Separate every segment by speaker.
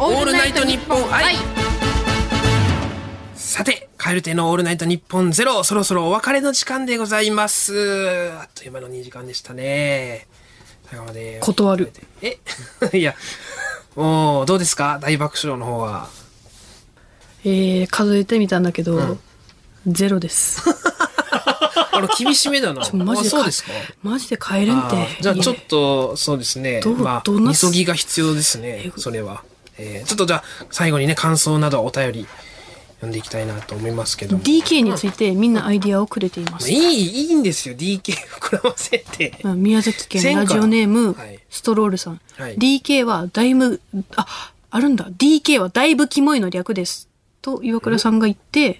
Speaker 1: オールナイトニッポン愛。さて、蛙亭のオールナイトニッポンゼロ、そろそろお別れの時間でございます。あっという間の2時間でしたね。
Speaker 2: 断る。
Speaker 1: いや、もうどうですか、大爆笑の方は。
Speaker 2: 数えてみたんだけど、ゼロです。
Speaker 1: 厳しめだな。
Speaker 2: マジで
Speaker 1: そうですか。
Speaker 2: マジで帰れんて。
Speaker 1: じゃあちょっとそうですね。急ぎが必要ですね。それは。ちょっとじゃあ最後にね、感想などお便り読んでいきたいなと思いますけども。
Speaker 2: DK についてみんなアイディアをくれています。
Speaker 1: いいんですよ。DK 膨らませて。
Speaker 2: 宮崎県ラジオネームストロールさん。DK はだいぶあるんだ。DK はだいぶキモいの略です。と岩倉さんが言って、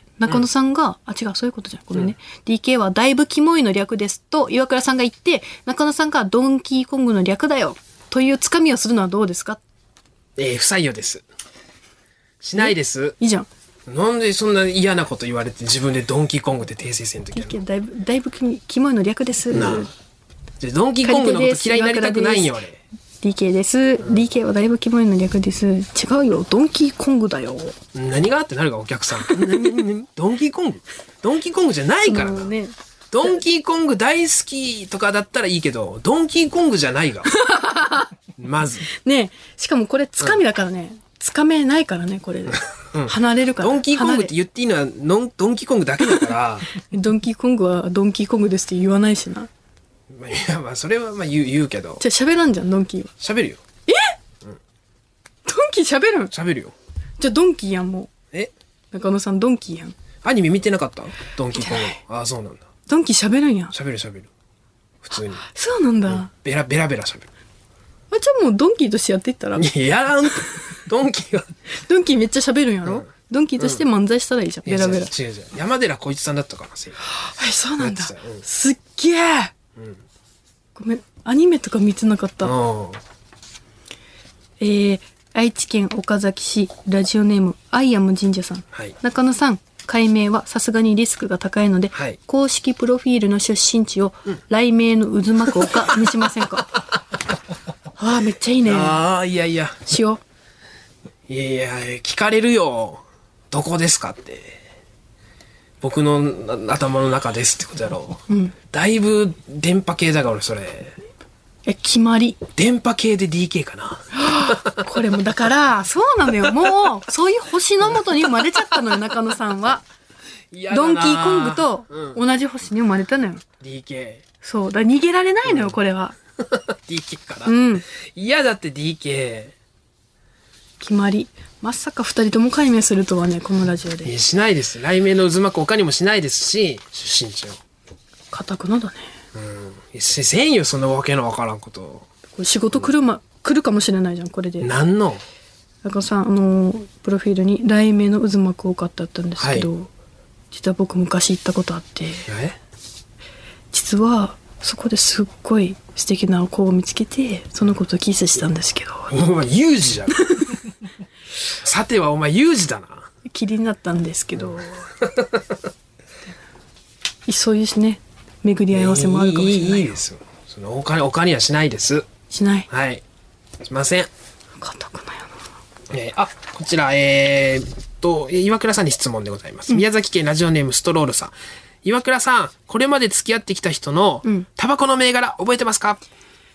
Speaker 2: 中野さんが、違う、そういうことじゃん。ごめんね。DK はだいぶキモいの略です。と岩倉さんが言って、中野さんがドンキーコングの略だよ。というつかみをするのはどうですか？
Speaker 1: 不採用です。しないです。
Speaker 2: いいじゃん。
Speaker 1: なんでそんな嫌なこと言われて自分でドンキーコングで訂正せんときやの？
Speaker 2: DK だいぶキモいの略です。
Speaker 1: じゃドンキーコングのこと嫌いになりたくないんよ、俺。
Speaker 2: DK です。DK はだいぶキモいの略です。違うよ。ドンキーコングだよ。
Speaker 1: 何があってなるか、お客さん。ドンキーコングドンキーコングじゃないからな。
Speaker 2: ね、
Speaker 1: ドンキーコング大好きとかだったらいいけど、ドンキーコングじゃないが。まず。
Speaker 2: ね、しかもこれつかみだからね。つかめないからね、これで。離れるから。
Speaker 1: ドンキーコングって言っていいのはドンキーコングだけだから。
Speaker 2: ドンキーコングはドンキーコングですって言わないしな。
Speaker 1: いや、それは言うけど。
Speaker 2: じゃ喋らんじゃん、ドンキーは。
Speaker 1: 喋るよ。
Speaker 2: ドンキー喋るん？
Speaker 1: 喋るよ。
Speaker 2: じゃドンキーやん、もう。中野さんドンキーやん。
Speaker 1: アニメ見てなかった？ドンキーコング。ああ、そうなんだ。
Speaker 2: ドンキー喋るんや。
Speaker 1: 喋る。普通に。
Speaker 2: そうなんだ。
Speaker 1: ベラベラ喋る。
Speaker 2: じゃあもうドンキーとしてやっていったら？
Speaker 1: やらんって。ドンキーは。
Speaker 2: ドンキーめっちゃ喋るんやろ？ドンキーとして漫才したらいいじゃん。ベラベラ。
Speaker 1: 違う。山寺宏一さんだったかな、
Speaker 2: そうなんだ。すっげえ。ごめん、アニメとか見てなかった。愛知県岡崎市ラジオネームアイアム神社さん。中野さん、改名はさすがにリスクが高いので、公式プロフィールの出身地を雷鳴の渦巻く丘にしませんか？めっちゃいいね。
Speaker 1: いや。
Speaker 2: しよ
Speaker 1: う。いや、聞かれるよ。どこですかって。僕の頭の中ですってことやろ。だいぶ電波系だから俺それ。
Speaker 2: 決まり。
Speaker 1: 電波系で DK かな。
Speaker 2: これもだからそうなのよ。もうそういう星の下に生まれちゃったのよ、中野さんは。ドンキーコングと同じ星に生まれたのよ。
Speaker 1: DK。
Speaker 2: そうだ、逃げられないのよ、これは。
Speaker 1: DK から。嫌だって DK。
Speaker 2: 決まり。まさか二人とも解明するとはね、このラジオで。
Speaker 1: しないです。雷鳴の渦巻く丘にもしないですし、出身地を。
Speaker 2: 固くなだね。
Speaker 1: せんよ、そんなわけのわからんこと。
Speaker 2: これ仕事来るかもしれないじゃん、これで。
Speaker 1: 何の？
Speaker 2: 中野さん、プロフィールに雷鳴の渦巻く丘ってあったんですけど、実は僕昔行ったことあって、実はそこですっごい素敵な子を見つけて、その子とキスしたんですけど。
Speaker 1: お前ユージじゃん。さてはお前ユージだな。
Speaker 2: 気になったんですけど、そういうしね、巡り合わせもあるかもしれない。
Speaker 1: いいですよ。その他にはしないです。
Speaker 2: しない。
Speaker 1: はい。しません。
Speaker 2: 固くない
Speaker 1: こちら、岩倉さんに質問でございます。宮崎県ラジオネームストロールさん。岩倉さん、これまで付き合ってきた人のタバコの銘柄覚えてますか？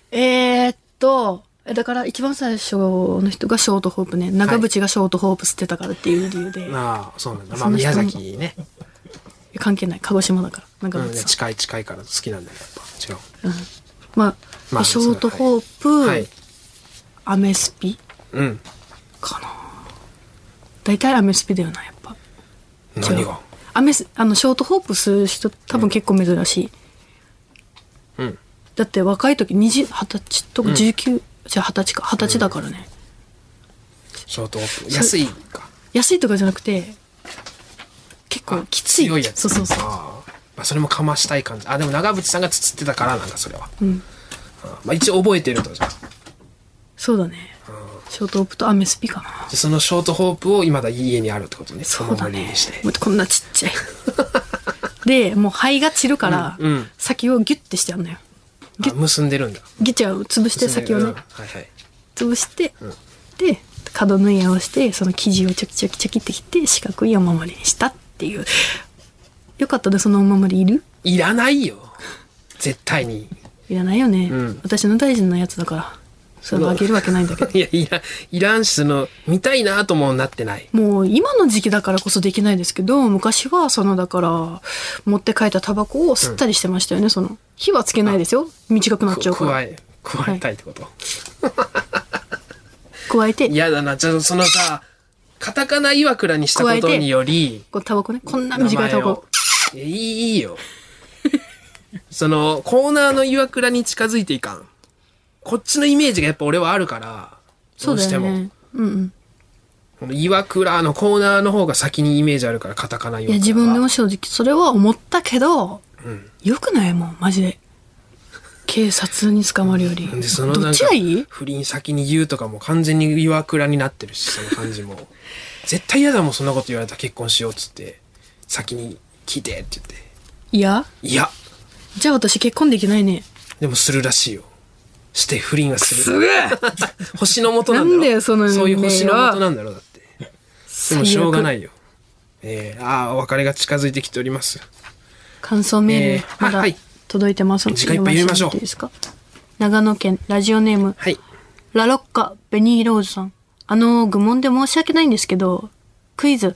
Speaker 2: だから一番最初の人がショートホープね。長渕がショートホープ吸ってたからっていう理由で。
Speaker 1: そうなんだ。宮崎ね。
Speaker 2: 関係ない。鹿児島だから。長渕
Speaker 1: さん。近いから好きなんだよ、やっぱ。
Speaker 2: 違う。ショートホープ、アメスピかな。大体アメスピだよな、やっぱ。
Speaker 1: 何が？
Speaker 2: ショートホープする人多分結構珍しい。だって若い時20歳とか19、じゃあ20歳か。20歳だからね。
Speaker 1: ショートホープ。安いか。
Speaker 2: 安いとかじゃなくて、結構きつい。
Speaker 1: 強いやつ。
Speaker 2: そう。
Speaker 1: それもかましたい感じ。でも長渕さんがつつってたからなんかそれは。一応覚えてるとじゃん。
Speaker 2: そうだね。ショートホープとアメスピかな。
Speaker 1: そのショートホープを今だ家にあるってことね。
Speaker 2: そうだね。こんなちっちゃい。で、もう灰が散るから、先をギュッてしてやんのよ。
Speaker 1: 結んでるんだ。
Speaker 2: ギュッ潰して先をね。潰して、で、 角縫い合わせて、その生地をチョキチョキチョキって切って四角いお守りにしたっていう。よかったね、そのお守りいる？
Speaker 1: いらないよ。絶対に。
Speaker 2: いらないよね。私の大事なやつだから。それあげるわけないんだけど。
Speaker 1: いらんし、見たいなともなってない。
Speaker 2: もう今の時期だからこそできないですけど、昔はだから、持って帰ったタバコを吸ったりしてましたよね。火はつけないですよ。短くなっちゃうから。
Speaker 1: 加えたいってこと、
Speaker 2: 加えて。
Speaker 1: 嫌だな。じゃあさ、カタカナ岩倉にしたことにより。
Speaker 2: タバコね。こんな短いタバコ。
Speaker 1: いいよ。コーナーの岩倉に近づいていかん。こっちのイメージがやっぱ俺はあるから、どうしても。
Speaker 2: そうだよね。
Speaker 1: 岩倉のコーナーの方が先にイメージあるから、カタカナ岩倉は。
Speaker 2: いや、自分でも正直それは思ったけど、よくないもん、マジで。警察に捕まるより。
Speaker 1: で、
Speaker 2: どっちがいい？
Speaker 1: 不倫先に言うとかも完全に岩倉になってるし、その感じも。絶対嫌だもん、そんなこと言われたら結婚しようっつって、先に聞いてって言って。いや。じ
Speaker 2: ゃあ私結婚できないね。
Speaker 1: でもするらしいよ。して不倫はする。すげえ星の元なんだろ。
Speaker 2: なんだよ、そう
Speaker 1: いう星の元なんだろう、だって。でもしょうがないよ。お別れが近づいてきております。
Speaker 2: 感想メール、まだ届いてますので、
Speaker 1: 時間いっぱい入れましょう。
Speaker 2: 長野県ラジオネーム、ラロッカベニーローズさん。愚問で申し訳ないんですけど、クイズ、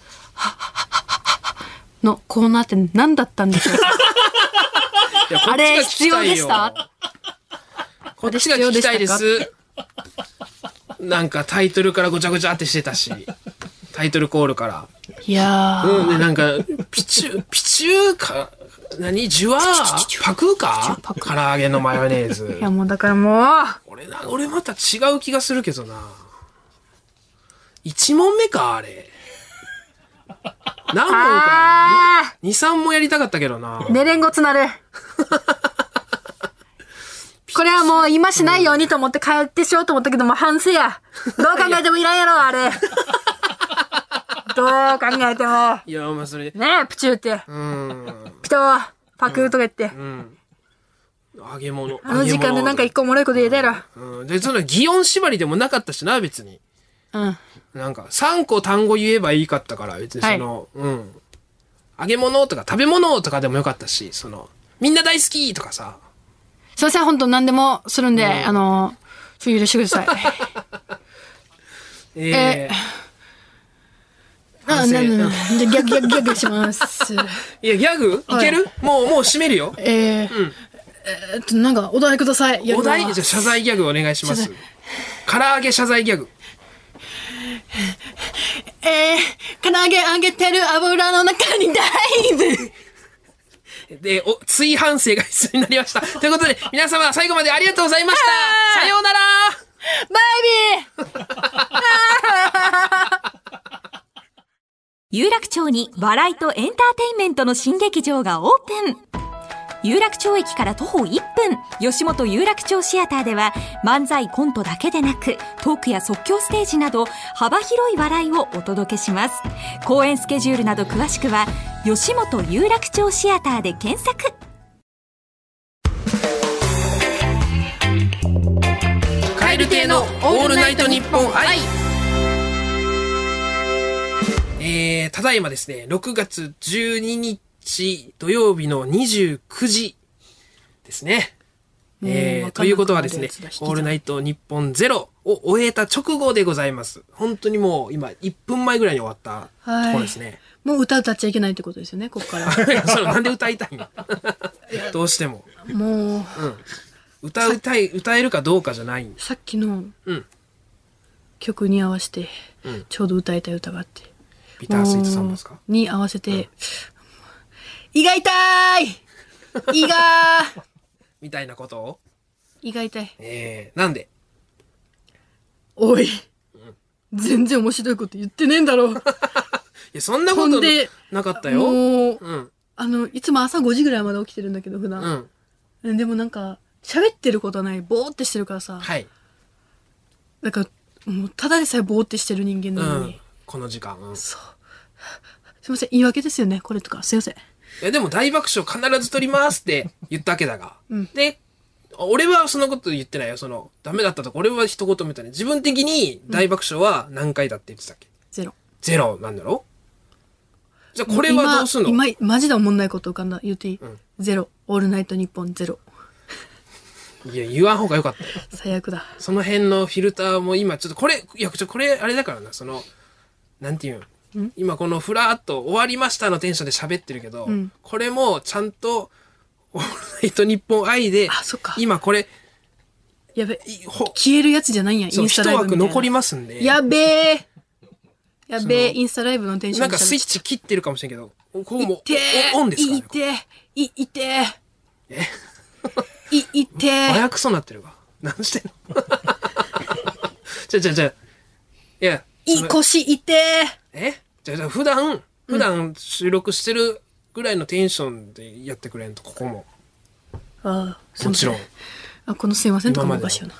Speaker 2: のコーナーって何だったんでしょうか？あれ必要でした？
Speaker 1: こっちが聞きたいです。なんかタイトルからごちゃごちゃってしてたし、タイトルコールから。
Speaker 2: いやー。
Speaker 1: で、なんか、ピチューか、ジュワーパクーか唐揚げのマヨネーズ。
Speaker 2: いやもうだからもう。
Speaker 1: 俺また違う気がするけどな。1問目か、あれ。何問か、2、3問やりたかったけどな。
Speaker 2: ねれんごつなる。これはもう今しないようにと思って帰ってしようと思ったけども反省や。どう考えてもいらんやろ、あれ。どう考えても。
Speaker 1: いや、まあそれ。
Speaker 2: ねえ、プチューって。ピトー、パクーとか言って。
Speaker 1: 揚げ物。
Speaker 2: 時間でなんか一個おもろいこと言えたや
Speaker 1: ろ。で、擬音縛りでもなかったしな、別に。なんか、3個単語言えばいいかったから、別に揚げ物とか食べ物とかでもよかったし、みんな大好きとかさ。
Speaker 2: すいません、本当何でもするんで、許してください。じゃあギャグします。
Speaker 1: いや、ギャグいける？もう閉めるよ。
Speaker 2: なんか、お題ください。
Speaker 1: お題？じゃあ謝罪ギャグお願いします。唐揚げ謝罪ギャグ。
Speaker 2: 唐揚げ揚げてる油の中にダイブ。
Speaker 1: で、追反省が必要になりました。ということで、皆様最後までありがとうございました。さようなら。
Speaker 2: バイビー。
Speaker 3: 有楽町に笑いとエンターテインメントの新劇場がオープン。有楽町駅から徒歩1分、吉本有楽町シアターでは漫才コントだけでなくトークや即興ステージなど幅広い笑いをお届けします。公演スケジュールなど詳しくは吉本有楽町シアターで検索。
Speaker 1: 蛙亭のオールナイトニッポン愛。ただいまですね、6月12日土曜日の29時ですね。ということはですね、オールナイトニッポンゼロを終えた直後でございます。本当にもう今1分前ぐらいに終わったところですね。
Speaker 2: もう歌っちゃいけないってことですよね、ここから。
Speaker 1: なんで歌いたいのどうしても。
Speaker 2: もう、
Speaker 1: 歌えるかどうかじゃないん
Speaker 2: さっきの曲に合わせて、ちょうど歌いたい歌があって。
Speaker 1: ビタースイートさんですか
Speaker 2: に合わせて、胃が痛い胃が
Speaker 1: みたいなことを
Speaker 2: 胃が痛い。
Speaker 1: なんで
Speaker 2: おい、全然面白いこと言ってねえんだろう。い
Speaker 1: や、そんなことなかったよ。
Speaker 2: もう、いつも朝5時ぐらいまで起きてるんだけど、普段。でもなんか、喋ってることはない。ぼーってしてるからさ。
Speaker 1: はい。
Speaker 2: だから、もう、ただでさえぼーってしてる人間なのに。
Speaker 1: この時間。
Speaker 2: そう。すいません、言い訳ですよね、これとか。すいません。
Speaker 1: いや、でも大爆笑必ず撮りますって言ったわけだが。で、 俺はそんなこと言ってないよ。ダメだったとか、俺は一言も言ったね。自分的に大爆笑は何回だって言ってたっけ？
Speaker 2: ゼロ。
Speaker 1: ゼロなんだろ？じゃあこれはどうすんの？
Speaker 2: 今、マジで思んないこと浮かんだ。言っていい？ゼロ。オールナイトニッポンゼロ。
Speaker 1: いや、言わん方がよかったよ。
Speaker 2: 最悪だ。
Speaker 1: その辺のフィルターも今、ちょっとこれ、これ、あれだからな、なんていうの？今このふらーっと終わりましたのテンションで喋ってるけど、これもちゃんと、オールナイトニッポン愛で、
Speaker 2: あ、そっか。
Speaker 1: 今これ、
Speaker 2: やべ、消えるやつじゃないんや、インスタライブみたいな。
Speaker 1: 一枠残りますんで。
Speaker 2: やべえ。やべえ、インスタライブのテンション
Speaker 1: なんかスイッチ切ってるかもしれんけど、ここも
Speaker 2: オ
Speaker 1: ンですからね。
Speaker 2: いて
Speaker 1: え
Speaker 2: いて
Speaker 1: 早くそうなってるわ。何してんのじゃいや。
Speaker 2: 腰いて
Speaker 1: じゃあ普段収録してるぐらいのテンションでやってくれんと、ここも。
Speaker 2: ああ、
Speaker 1: もちろん。
Speaker 2: あ、このすいませんとかもおかしいよな。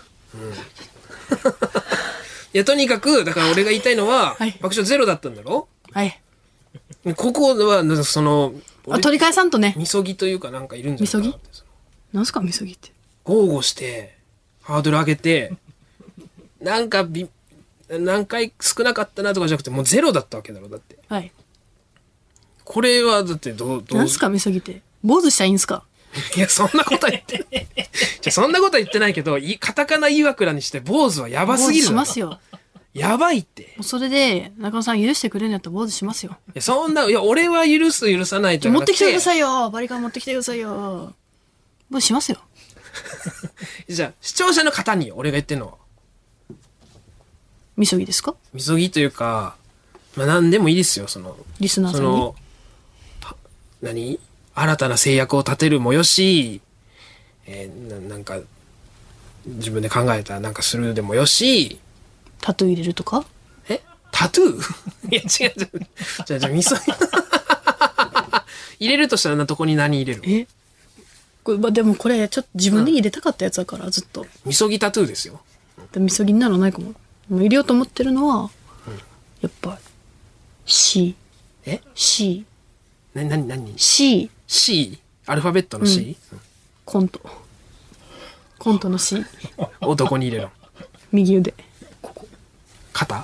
Speaker 1: いや、とにかく、だから俺が言いたいのは、
Speaker 2: はい
Speaker 1: 爆笑ゼロだったんだろ？
Speaker 2: はい。
Speaker 1: ここは、
Speaker 2: 取り返さんとね。
Speaker 1: みそぎというかなんかいるんじゃないかなって。
Speaker 2: なんすか、みそぎって。
Speaker 1: 豪語して、ハードル上げて、なんか何回少なかったなとかじゃなくて、もうゼロだったわけだろ、だって。
Speaker 2: はい。
Speaker 1: これは、だって
Speaker 2: なんすか、みそぎって。坊主したらいいんすか？
Speaker 1: いや、そんなことは言ってない。そんなことは言ってないけど、カタカナ岩倉にして坊主はやばすぎる。
Speaker 2: 坊主しますよ。
Speaker 1: やばいって。
Speaker 2: もうそれで、中野さん許してくれんやったら坊主しますよ。
Speaker 1: いや、俺は許さないと。
Speaker 2: 持ってきてくださいよ。バリカン持ってきてくださいよ。坊主しますよ。
Speaker 1: じゃあ、視聴者の方に俺が言ってんのは。
Speaker 2: みそぎですか？
Speaker 1: みそぎというか、まあ何でもいいですよ、
Speaker 2: リスナーさんに。
Speaker 1: 新たな制約を立てるもよし、なんか、自分で考えたなんかするでもよし、
Speaker 2: タトゥー入れるとか？
Speaker 1: タトゥー？いや、違う。じゃあ、みそぎ。入れるとしたらどこに何入れる？
Speaker 2: でもこれ、ちょっと自分で入れたかったやつだから、ずっと。
Speaker 1: みそぎタトゥーですよ。
Speaker 2: みそぎにならないかも。もう入れようと思ってるのは、やっぱ、C。C。
Speaker 1: 何
Speaker 2: C。
Speaker 1: C？ アルファベットの C？
Speaker 2: コントの C。
Speaker 1: をどこに入れるの？
Speaker 2: 右腕。ここ。
Speaker 1: 肩。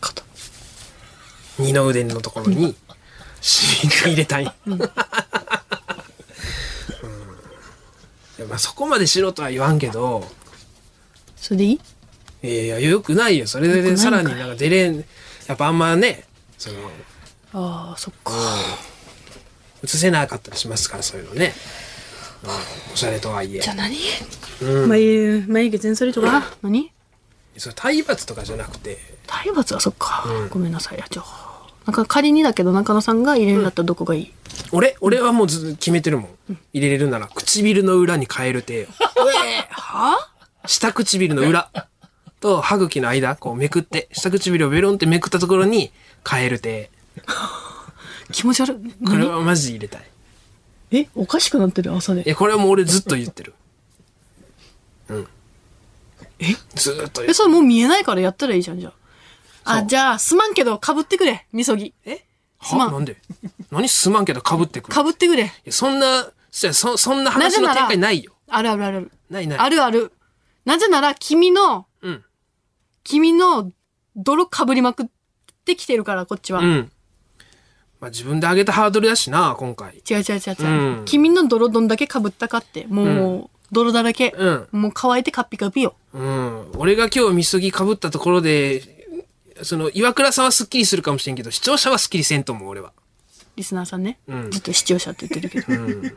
Speaker 1: 二の腕のところに C 入れたい。まあそこまでしろとは言わんけど。
Speaker 2: それでいい？
Speaker 1: いや、よくないよ。それでさらになんか出れん。やっぱあんまね、
Speaker 2: ああ、そっか。
Speaker 1: 映せなかったりしますから、そういうのね。おしゃれとはいえ。
Speaker 2: じゃあ何？眉毛全剃りとか何？
Speaker 1: それ体罰とかじゃなくて。
Speaker 2: 体罰はそっか。ごめんなさい。なんか仮にだけど中野さんが入れるんだったらどこがいい？
Speaker 1: 俺はもう決めてるもん。入れれるなら唇の裏に変えるて。
Speaker 2: は？
Speaker 1: 下唇の裏と歯茎の間、こうめくって、下唇をベロンってめくったところに変えるて。
Speaker 2: 気持ち悪い。
Speaker 1: これはマジで入れたい。
Speaker 2: おかしくなってる朝で。
Speaker 1: いや、これはもう俺ずっと言ってる。ずーっと言ってる。
Speaker 2: それもう見えないからやったらいいじゃん、じゃあ。じゃあ、すまんけど、被ってくれ、みそぎ。すまん。
Speaker 1: なんで？何すまんけど被ってくる？
Speaker 2: 被ってくれ。
Speaker 1: いや、そんな話の展開ないよ。
Speaker 2: ある。
Speaker 1: ない。
Speaker 2: ある。なぜなら、君の泥被りまくってきてるから、こっちは。
Speaker 1: まあ自分で上げたハードルだしな、今回。
Speaker 2: 違う。君の泥どんだけ被ったかって、もう、泥だらけ。もう乾いてカッピカピよ。
Speaker 1: 俺が今日みそぎ被ったところで、岩倉さんはスッキリするかもしれんけど、視聴者はスッキリせんと思う、俺は。
Speaker 2: リスナーさんね。ずっと視聴者って言ってるけど。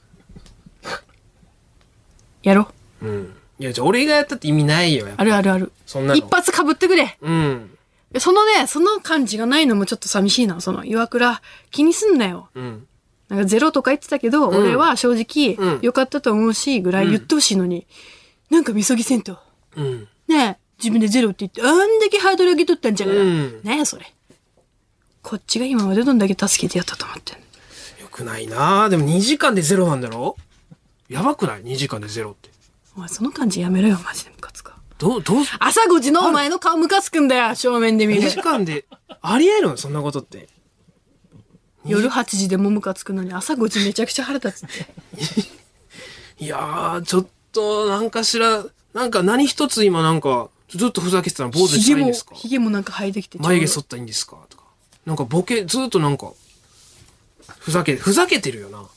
Speaker 2: やろ。
Speaker 1: いや、じゃあ俺がやったって意味ないよ。
Speaker 2: ある。
Speaker 1: そんなの。
Speaker 2: 一発被ってくれ。その感じがないのもちょっと寂しいな。岩倉、気にすんなよ。なんかゼロとか言ってたけど、俺は正直、良かったと思うし、ぐらい言ってほしいのに、なんかみそぎせんと。ねえ、自分でゼロって言って、あんだけハードル上げとったんじゃから。ねえ、それ。こっちが今までどんだけ助けてやったと思ってんの。
Speaker 1: よくないな。でも2時間でゼロなんだろ？やばくない？ 2 時間でゼロって。
Speaker 2: お前その感じやめろよ、マジでムカつく。
Speaker 1: 朝
Speaker 2: 5時のお前の顔ムカつくんだよ、正面で見る。
Speaker 1: 2時間で、ありえるの？そんなことって。
Speaker 2: 夜8時でもムカつくのに朝5時めちゃくちゃ腹立つって。
Speaker 1: いやー、ちょっと、なんかしら、なんか何一つ今なんか、ずっとふざけてたら坊主にしたいんですか？
Speaker 2: ひげもなんか生えてきて。
Speaker 1: 眉毛剃ったらいいんですかとか。なんかボケ、ずっとなんか、ふざけてるよな。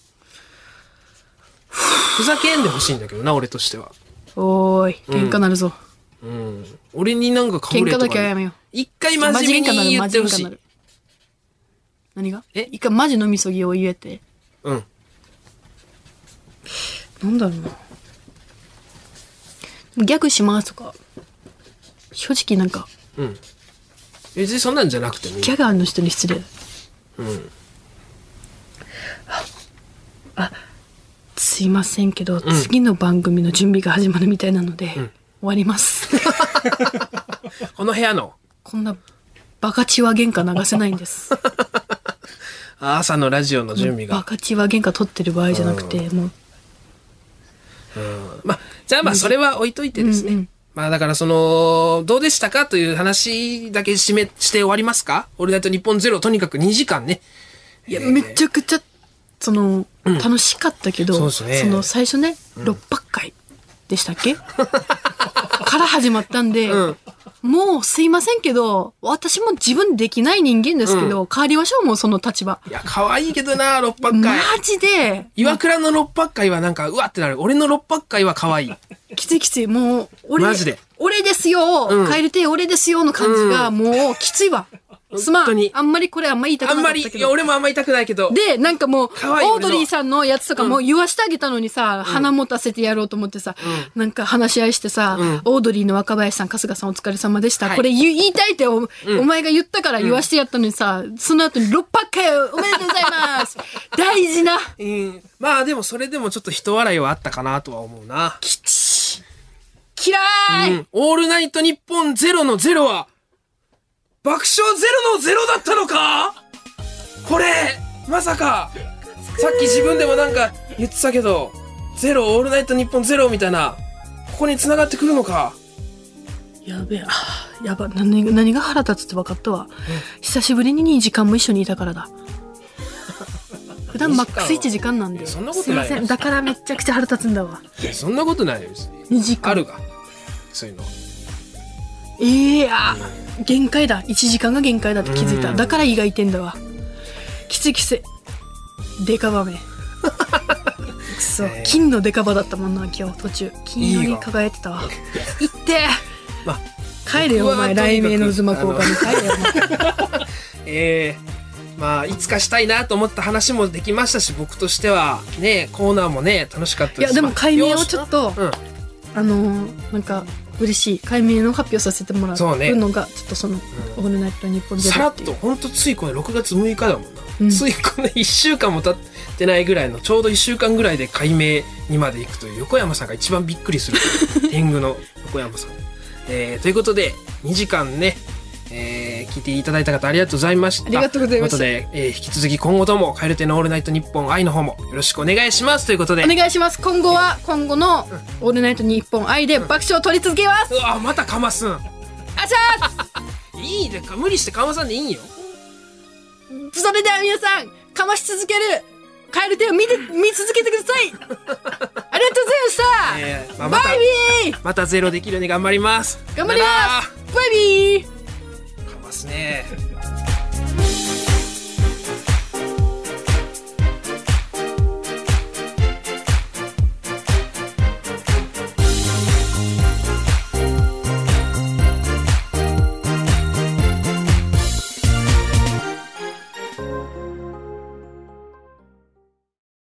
Speaker 1: ふざけんでほしいんだけどな、俺としては。
Speaker 2: おーい、喧嘩なるぞ。
Speaker 1: うん。俺になんかかぶれとか。
Speaker 2: 喧嘩だけはやめよう。
Speaker 1: 一回真面目に言ってほしい。
Speaker 2: 何が？一回マジのみそぎを言えて。
Speaker 1: うん。
Speaker 2: なんだろうな。ギャグしますとか。正直なんか。
Speaker 1: うん。別にそんなんじゃなくてもいい。
Speaker 2: ギャガーの人に失礼。
Speaker 1: うん。
Speaker 2: すいませんけど、次の番組の準備が始まるみたいなので、終わります。
Speaker 1: この部屋の
Speaker 2: こんなバカチワ喧嘩流せないんです。
Speaker 1: 朝のラジオの準備が。
Speaker 2: バカチワ喧嘩撮ってる場合じゃなくて、もう。
Speaker 1: まあ、じゃあまあそれは置いといてですね。まあだからその、どうでしたかという話だけして終わりますか？オールナイトニッポンゼロ、とにかく2時間ね。
Speaker 2: いや、めちゃくちゃ、楽しかったけど、
Speaker 1: そうですね。
Speaker 2: 最初ね、600回でしたっけから始まったんで、もうすいませんけど、私も自分できない人間ですけど、変わりましょう、もうその立場。
Speaker 1: いや、可愛いけどな、600回。
Speaker 2: マジで。
Speaker 1: 岩倉の600回はなんか、うわってなる。俺の600回は可愛い。
Speaker 2: きついきつい。もう、
Speaker 1: マジで。
Speaker 2: 俺ですよ、蛙亭俺ですよの感じが、もうきついわ。すまん。あんまりこれあんま言いたくなかったけど。
Speaker 1: いや、俺もあんま言いたくないけど。
Speaker 2: で、なんかもう、オードリーさんのやつとかも言わしてあげたのにさ、鼻持たせてやろうと思ってさ、なんか話し合いしてさ、オードリーの若林さん、春日さんお疲れ様でした。これ言いたいってお前が言ったから言わしてやったのにさ、その後に600回おめでとうございます大事な。
Speaker 1: まあでもそれでもちょっと人笑いはあったかなとは思うな。
Speaker 2: きち嫌い、
Speaker 1: オールナイトニッポンゼロのゼロは、爆笑ゼロのゼロだったのか？これ、まさか、さっき自分でもなんか言ってたけど、ゼロ、オールナイトニッポンゼロみたいな、ここに繋がってくるのか？
Speaker 2: やべえ、やば、何が腹立つって分かったわ。久しぶりに2時間も一緒にいたからだ。普段マックス1時間なんで。
Speaker 1: そんなことない。
Speaker 2: すいません。だからめちゃくちゃ腹立つんだわ。
Speaker 1: そんなことないよ、別に。
Speaker 2: 2時間。
Speaker 1: あるが。そういうの。
Speaker 2: 限界だ。1時間が限界だって気づいた。だから胃が痛いんだわ。きついきつい。デカバめ。くそ。金のデカバだったもんな、今日途中。金色に輝いてたわ。いって帰れよ、お前。雷鳴の渦巻効果に帰
Speaker 1: れよ。まあ、いつかしたいなと思った話もできましたし、僕としては、ね、コーナーもね、楽しかったです。
Speaker 2: いや、でも解明をちょっと、なんか、嬉しい。解明の発表させてもらうのが、ちょっとオールナイトニッポンゼロ。
Speaker 1: さらっと、ほんとついこれ6月6日だもんな。ついこれ1週間も経ってないぐらいの、ちょうど1週間ぐらいで解明にまで行くという、横山さんが一番びっくりする。天狗の横山さん。ということで、2時間ね、聞いていただいた方ありがとうございました。
Speaker 2: ありがとうございました。
Speaker 1: ということで、引き続き今後とも、蛙亭のオールナイトニッポン愛の方もよろしくお願いしますということで。
Speaker 2: お願いします。今後のオールナイトニッポン愛で爆笑を取り続けます。
Speaker 1: うわ、またかますん。
Speaker 2: あちゃ
Speaker 1: ーいいでか、無理してかまさんでいいんよ。
Speaker 2: それでは皆さん、かまし続ける蛙亭を見続けてください。ありがとうございました。バイビー。
Speaker 1: またゼロできるように頑張ります。
Speaker 2: 頑張ります。バイビー。
Speaker 1: かますね。